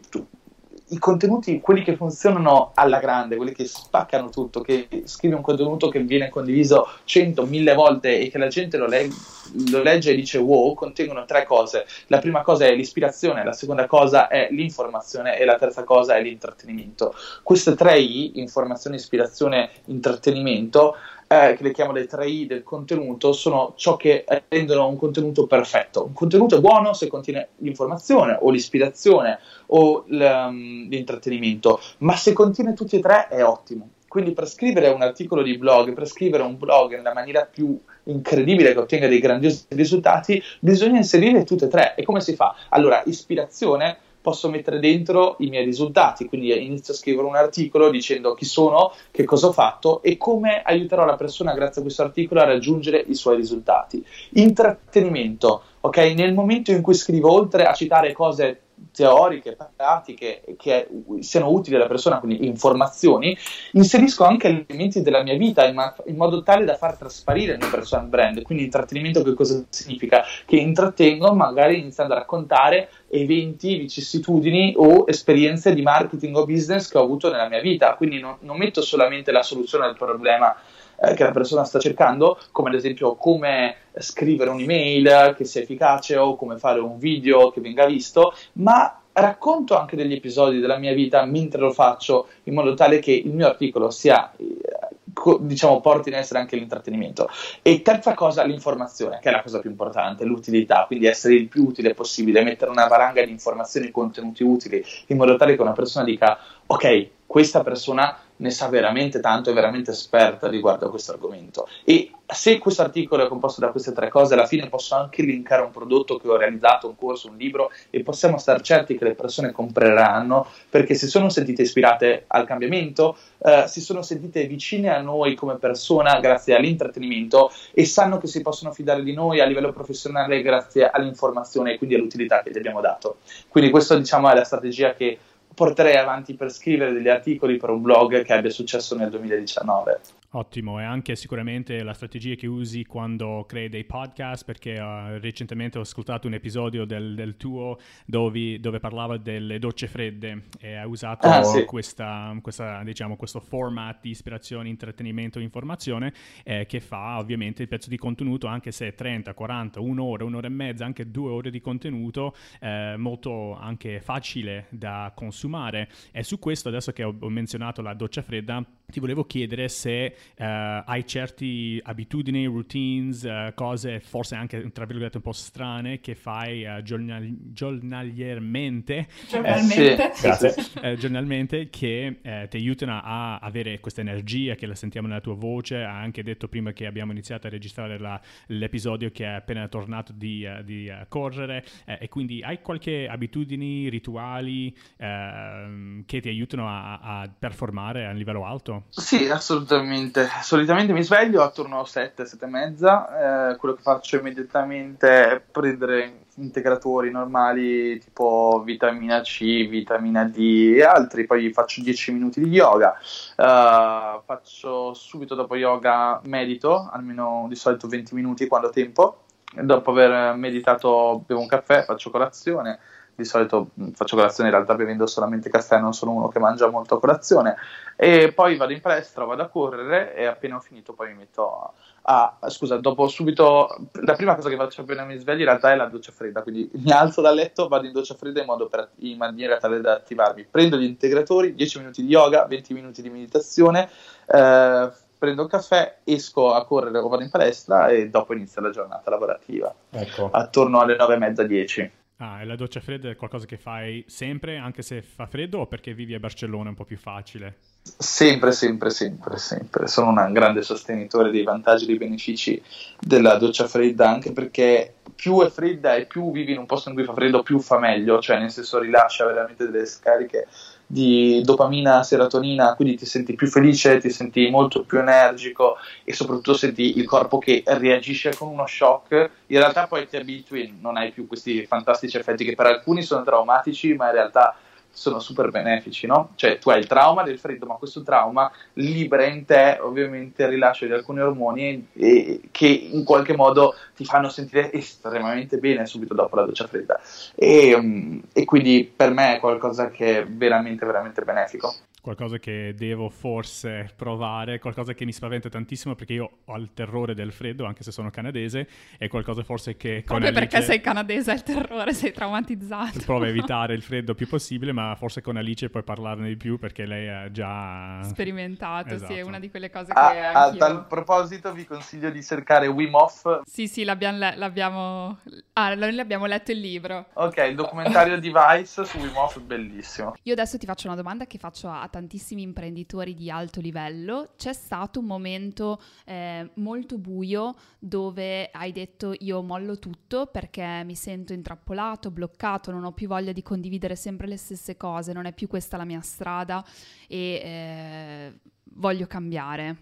i contenuti, quelli che funzionano alla grande, quelli che spaccano tutto, che scrivi un contenuto che viene condiviso cento, mille volte e che la gente lo, leg- lo legge e dice wow, contengono tre cose. La prima cosa è l'ispirazione, la seconda cosa è l'informazione e la terza cosa è l'intrattenimento. Queste tre I, informazione, ispirazione, intrattenimento, Eh, che le chiamo le tre I del contenuto, sono ciò che rendono un contenuto perfetto. Un contenuto è buono se contiene l'informazione o l'ispirazione o l- l'intrattenimento, ma se contiene tutti e tre è ottimo. Quindi per scrivere un articolo di blog, per scrivere un blog nella maniera più incredibile che ottenga dei grandiosi risultati, bisogna inserire tutte e tre. E come si fa? Allora, ispirazione, posso mettere dentro i miei risultati, quindi inizio a scrivere un articolo dicendo chi sono, che cosa ho fatto e come aiuterò la persona grazie a questo articolo a raggiungere i suoi risultati. Intrattenimento, ok? Nel momento in cui scrivo, oltre a citare cose teoriche, pratiche che siano utili alla persona, quindi informazioni, inserisco anche elementi della mia vita in, ma- in modo tale da far trasparire il mio personal brand. Quindi intrattenimento che cosa significa? Che intrattengo magari iniziando a raccontare eventi, vicissitudini o esperienze di marketing o business che ho avuto nella mia vita. Quindi non, non metto solamente la soluzione al problema eh, che la persona sta cercando, come ad esempio come scrivere un'email che sia efficace o come fare un video che venga visto, ma racconto anche degli episodi della mia vita mentre lo faccio, in modo tale che il mio articolo sia, diciamo, porti in essere anche l'intrattenimento. E terza cosa, l'informazione, che è la cosa più importante, l'utilità, quindi essere il più utile possibile, mettere una valanga di informazioni e contenuti utili, in modo tale che una persona dica: ok, questa persona ne sa veramente tanto, è veramente esperta riguardo a questo argomento. E se questo articolo è composto da queste tre cose, alla fine posso anche linkare un prodotto che ho realizzato, un corso, un libro, e possiamo star certi che le persone compreranno, perché si sono sentite ispirate al cambiamento, eh, si sono sentite vicine a noi come persona grazie all'intrattenimento, e sanno che si possono fidare di noi a livello professionale grazie all'informazione e quindi all'utilità che gli abbiamo dato. Quindi questa, diciamo, è la strategia che porterei avanti per scrivere degli articoli per un blog che abbia successo nel duemiladiciannove. Ottimo, e anche sicuramente la strategia che usi quando crei dei podcast, perché uh, recentemente ho ascoltato un episodio del, del tuo dove, dove parlava delle docce fredde e hai usato ah, sì. questa, questa, diciamo, questo format di ispirazione, intrattenimento, informazione eh, che fa ovviamente il pezzo di contenuto, anche se è trenta, quaranta, un'ora, un'ora e mezza, anche due ore di contenuto, eh, molto anche facile da consumare. E su questo, adesso che ho, ho menzionato la doccia fredda, ti volevo chiedere se uh, hai certi abitudini, routines, uh, cose forse anche tra virgolette un po' strane che fai uh, giornal- giornaliermente, giornalmente, eh, sì, grazie, eh, giornalmente che eh, ti aiutano a avere questa energia che la sentiamo nella tua voce. Hai anche detto prima che abbiamo iniziato a registrare la, l'episodio che è appena tornato di, uh, di uh, correre, eh, e quindi hai qualche abitudini, rituali uh, che ti aiutano a, a performare a livello alto? Sì, assolutamente. Solitamente mi sveglio attorno a sette, sette e mezza. Eh, quello che faccio immediatamente è prendere integratori normali tipo vitamina C, vitamina D e altri. Poi faccio dieci minuti di yoga. Uh, faccio subito dopo yoga, medito, almeno di solito venti minuti quando ho tempo. Dopo aver meditato bevo un caffè, faccio colazione. Di solito faccio colazione in realtà bevendo solamente caffè, non sono uno che mangia molto a colazione, e poi vado in palestra, vado a correre, e appena ho finito poi mi metto a, a scusa, dopo subito, la prima cosa che faccio appena mi sveglio in realtà è la doccia fredda, quindi mi alzo dal letto, vado in doccia fredda in modo per, in maniera tale da attivarmi, prendo gli integratori, dieci minuti di yoga, venti minuti di meditazione, eh, prendo un caffè, esco a correre o vado in palestra, e dopo inizia la giornata lavorativa, ecco, attorno alle nove e mezza, dieci. Ah, e la doccia fredda è qualcosa che fai sempre, anche se fa freddo, o perché vivi a Barcellona è un po' più facile? Sempre, sempre, sempre, sempre. Sono un grande sostenitore dei vantaggi e dei benefici della doccia fredda, anche perché più è fredda e più vivi in un posto in cui fa freddo, più fa meglio, cioè nel senso rilascia veramente delle scariche di dopamina, serotonina, quindi ti senti più felice, ti senti molto più energico e soprattutto senti il corpo che reagisce con uno shock. In realtà poi ti abitui, non hai più questi fantastici effetti che per alcuni sono traumatici, ma in realtà sono super benefici, no? Cioè tu hai il trauma del freddo, ma questo trauma libera in te ovviamente il rilascio di alcuni ormoni e, che in qualche modo ti fanno sentire estremamente bene subito dopo la doccia fredda, e, um, e quindi per me è qualcosa che è veramente veramente benefico. Qualcosa che devo forse provare, qualcosa che mi spaventa tantissimo perché io ho il terrore del freddo, anche se sono canadese, è qualcosa forse che con proprio Alice, perché sei canadese hai il terrore, sei traumatizzato. Provo a evitare il freddo il più possibile, ma forse con Alice puoi parlarne di più perché lei ha già sperimentato, esatto. Sì, è una di quelle cose che a, anch'io... a tal proposito vi consiglio di cercare Wim Hof. Sì, sì, l'abbiamo, le- l'abbiamo... Ah, noi l'abbiamo letto il libro. Ok, il documentario di Vice su Wim Hof, bellissimo. Io adesso ti faccio una domanda che faccio a tantissimi imprenditori di alto livello. C'è stato un momento eh, molto buio dove hai detto io mollo tutto perché mi sento intrappolato, bloccato, non ho più voglia di condividere sempre le stesse cose, non è più questa la mia strada e eh, voglio cambiare?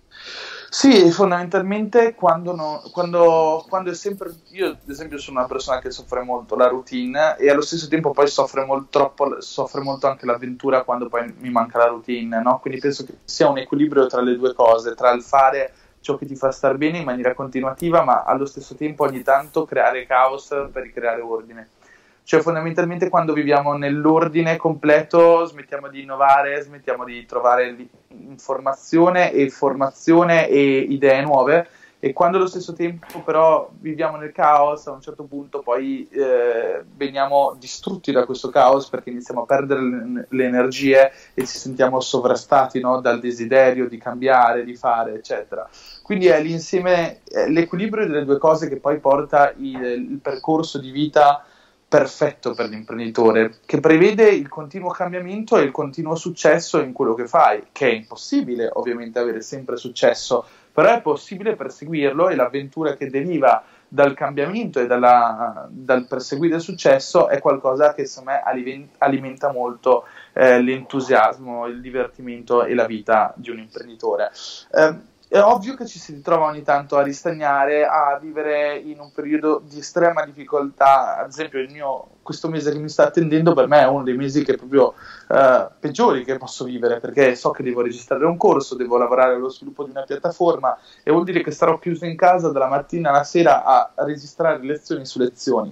Sì, fondamentalmente quando, no, quando, quando è sempre... Io ad esempio sono una persona che soffre molto la routine e allo stesso tempo poi soffre molto, troppo, soffre molto anche l'avventura quando poi mi manca la routine, no? Quindi penso che sia un equilibrio tra le due cose, tra il fare ciò che ti fa star bene in maniera continuativa, ma allo stesso tempo ogni tanto creare caos per ricreare ordine. Cioè fondamentalmente quando viviamo nell'ordine completo smettiamo di innovare, smettiamo di trovare informazione e formazione e idee nuove, e quando allo stesso tempo però viviamo nel caos, a un certo punto poi eh, veniamo distrutti da questo caos perché iniziamo a perdere le, le energie e ci sentiamo sovrastati, no? Dal desiderio di cambiare, di fare, eccetera. Quindi è l'insieme, è l'equilibrio delle due cose che poi porta il, il percorso di vita perfetto per l'imprenditore, che prevede il continuo cambiamento e il continuo successo in quello che fai, che è impossibile ovviamente avere sempre successo, però è possibile perseguirlo, e l'avventura che deriva dal cambiamento e dalla, dal perseguire il successo è qualcosa che secondo me alimenta molto eh, l'entusiasmo, il divertimento e la vita di un imprenditore. Eh, È ovvio che ci si ritrova ogni tanto a ristagnare, a vivere in un periodo di estrema difficoltà. Ad esempio il mio, questo mese che mi sta attendendo per me è uno dei mesi che proprio eh, peggiori che posso vivere, perché so che devo registrare un corso, devo lavorare allo sviluppo di una piattaforma e vuol dire che starò chiuso in casa dalla mattina alla sera a registrare lezioni su lezioni.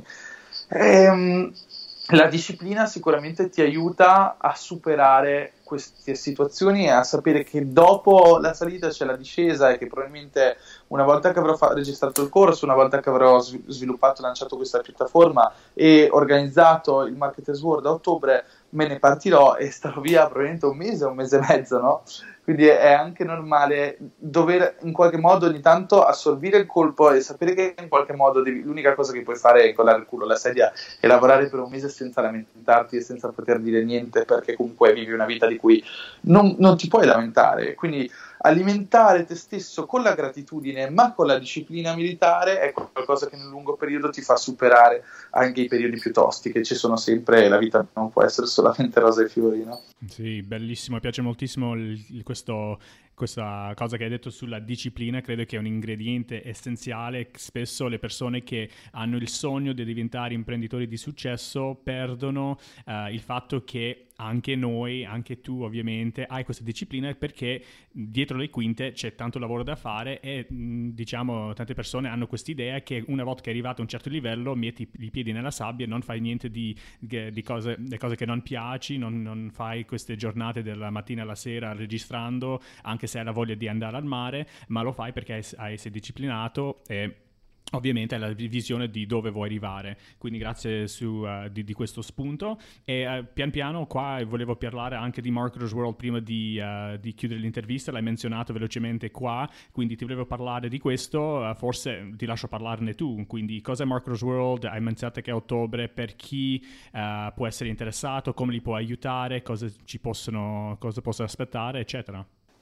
Ehm, la disciplina sicuramente ti aiuta a superare queste situazioni e a sapere che dopo la salita c'è la discesa, e che probabilmente una volta che avrò fa- registrato il corso, una volta che avrò sviluppato e lanciato questa piattaforma e organizzato il Marketers World a ottobre, me ne partirò e starò via probabilmente un mese, un mese e mezzo, no? Quindi è anche normale dover in qualche modo ogni tanto assorbire il colpo e sapere che in qualche modo devi, l'unica cosa che puoi fare è incollare il culo alla sedia e lavorare per un mese senza lamentarti e senza poter dire niente, perché comunque vivi una vita di cui non, non ti puoi lamentare. Quindi alimentare te stesso con la gratitudine ma con la disciplina militare è qualcosa che nel lungo periodo ti fa superare anche i periodi più tosti che ci sono sempre, e la vita non può essere solamente rose e fiori, no? Sì, bellissimo, mi piace moltissimo il, il, questo, questa cosa che hai detto sulla disciplina. Credo che è un ingrediente essenziale. Spesso le persone che hanno il sogno di diventare imprenditori di successo perdono uh, il fatto che anche noi, anche tu ovviamente, hai questa disciplina, perché dietro le quinte c'è tanto lavoro da fare e mh, diciamo tante persone hanno quest'idea che una volta che è arrivato a un certo livello metti i piedi nella sabbia e non fai niente di, di cose, le cose che non piaci, non, non fai queste giornate dalla mattina alla sera registrando, anche se hai la voglia di andare al mare, ma lo fai perché hai, hai, sei disciplinato e ovviamente hai la visione di dove vuoi arrivare. Quindi grazie su, uh, di, di questo spunto. E uh, pian piano qua volevo parlare anche di Marketers World prima di, uh, di chiudere l'intervista. L'hai menzionato velocemente qua, quindi ti volevo parlare di questo. Uh, forse ti lascio parlarne tu. Quindi cosa è Marketers World? Hai menzionato che è ottobre. Per chi uh, può essere interessato, come li può aiutare, cosa ci possono, cosa possono aspettare, eccetera.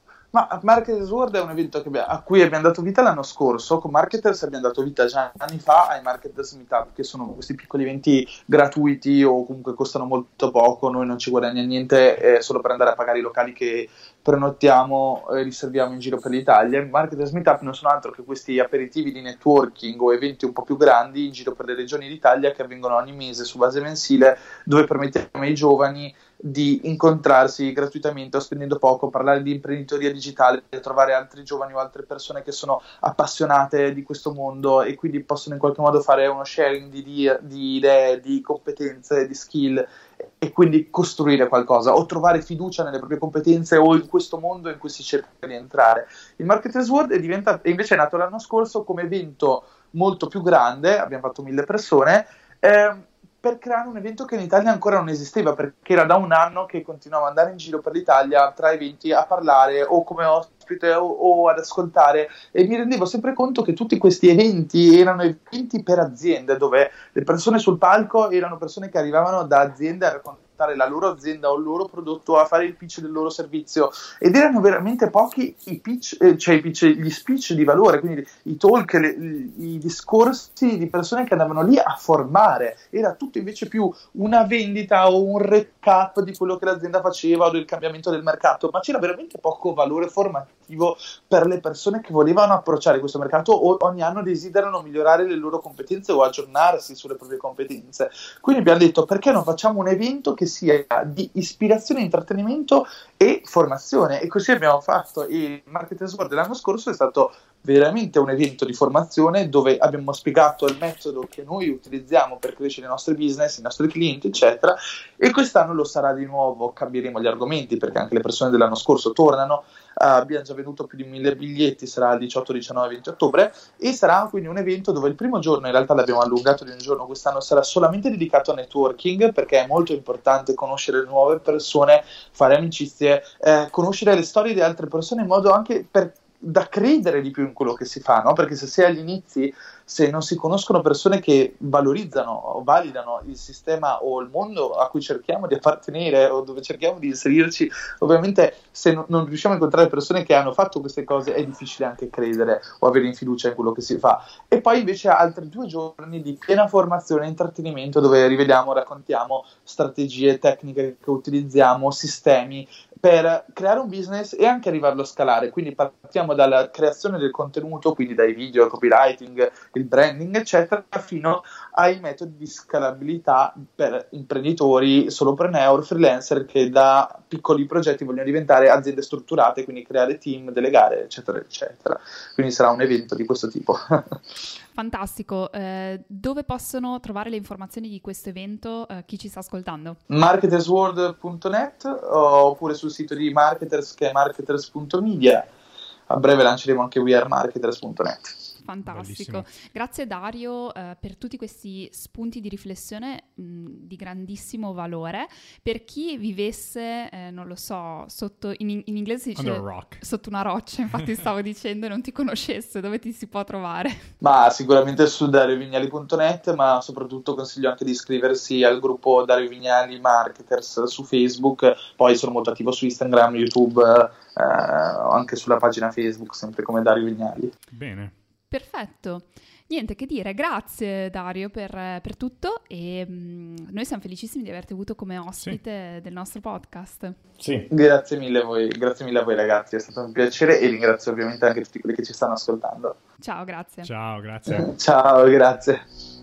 Ma Marketers World è un evento che abbiamo, a cui abbiamo dato vita l'anno scorso. Con Marketers abbiamo dato vita già anni fa ai Marketers Meetup, che sono questi piccoli eventi gratuiti o comunque costano molto poco, noi non ci guadagniamo niente, eh, solo per andare a pagare i locali che prenotiamo e eh, riserviamo in giro per l'Italia. I Marketers Meetup non sono altro che questi aperitivi di networking o eventi un po' più grandi in giro per le regioni d'Italia che avvengono ogni mese su base mensile, dove permettiamo ai giovani di incontrarsi gratuitamente o spendendo poco, parlare di imprenditoria digitale, trovare altri giovani o altre persone che sono appassionate di questo mondo e quindi possono in qualche modo fare uno sharing di, di, di idee, di competenze, di skill, e quindi costruire qualcosa o trovare fiducia nelle proprie competenze o in questo mondo in cui si cerca di entrare. Il Marketers World è diventato, invece è nato l'anno scorso come evento molto più grande, abbiamo fatto mille persone, eh, per creare un evento che in Italia ancora non esisteva, perché era da un anno che continuavo ad andare in giro per l'Italia tra eventi a parlare o come ospite o, o ad ascoltare, e mi rendevo sempre conto che tutti questi eventi erano eventi per aziende, dove le persone sul palco erano persone che arrivavano da aziende a raccontare presentare la loro azienda o il loro prodotto, a fare il pitch del loro servizio, ed erano veramente pochi i pitch, eh, cioè i pitch, gli speech di valore, quindi i talk, le, i discorsi di persone che andavano lì a formare. Era tutto invece più una vendita o un recap di quello che l'azienda faceva o del cambiamento del mercato, ma c'era veramente poco valore formativo per le persone che volevano approcciare questo mercato o ogni anno desiderano migliorare le loro competenze o aggiornarsi sulle proprie competenze. Quindi abbiamo detto, perché non facciamo un evento che sia di ispirazione, intrattenimento e formazione, e così abbiamo fatto. Il Marketers World dell'anno scorso è stato veramente un evento di formazione dove abbiamo spiegato il metodo che noi utilizziamo per crescere i nostri business, i nostri clienti, eccetera, e quest'anno lo sarà di nuovo. Cambieremo gli argomenti perché anche le persone dell'anno scorso tornano. Uh, abbiamo già venduto più di mille biglietti, sarà il diciotto, diciannove, venti ottobre, e sarà quindi un evento dove il primo giorno, in realtà l'abbiamo allungato di un giorno, quest'anno sarà solamente dedicato a networking, perché è molto importante conoscere nuove persone, fare amicizie, eh, conoscere le storie di altre persone in modo anche per da credere di più in quello che si fa, no? Perché se sei agli inizi, se non si conoscono persone che valorizzano o validano il sistema o il mondo a cui cerchiamo di appartenere o dove cerchiamo di inserirci, ovviamente se no, non riusciamo a incontrare persone che hanno fatto queste cose, è difficile anche credere o avere in fiducia in quello che si fa. E poi invece altri due giorni di piena formazione e intrattenimento dove riveliamo, raccontiamo strategie, tecniche che utilizziamo, sistemi per creare un business e anche arrivarlo a scalare. Quindi partiamo dalla creazione del contenuto, quindi dai video, copywriting, il branding, eccetera, fino ai metodi di scalabilità per imprenditori, solopreneur, freelancer che da piccoli progetti vogliono diventare aziende strutturate, quindi creare team, delegare, eccetera, eccetera. Quindi sarà un evento di questo tipo. Fantastico. Eh, dove possono trovare le informazioni di questo evento eh, chi ci sta ascoltando? marketersworld punto net oppure sul sito di Marketers, che è marketers punto media. A breve lanceremo anche we are marketers punto net. Fantastico. Bellissimo. Grazie Dario eh, per tutti questi spunti di riflessione mh, di grandissimo valore. Per chi vivesse, eh, non lo so, sotto, in, in inglese si dice sotto una roccia, infatti stavo dicendo, e non ti conoscesse, dove ti si può trovare? Ma sicuramente su dario vignali punto net, ma soprattutto consiglio anche di iscriversi al gruppo Dario Vignali Marketers su Facebook, poi sono molto attivo su Instagram, YouTube, eh, anche sulla pagina Facebook, sempre come Dario Vignali. Bene. Perfetto, niente che dire, grazie Dario per, per tutto e mh, noi siamo felicissimi di averti avuto come ospite sì. del nostro podcast. Sì, grazie mille a voi, grazie mille a voi ragazzi, è stato un piacere e ringrazio ovviamente anche tutti quelli che ci stanno ascoltando. Ciao, grazie. Ciao, grazie. Ciao, grazie.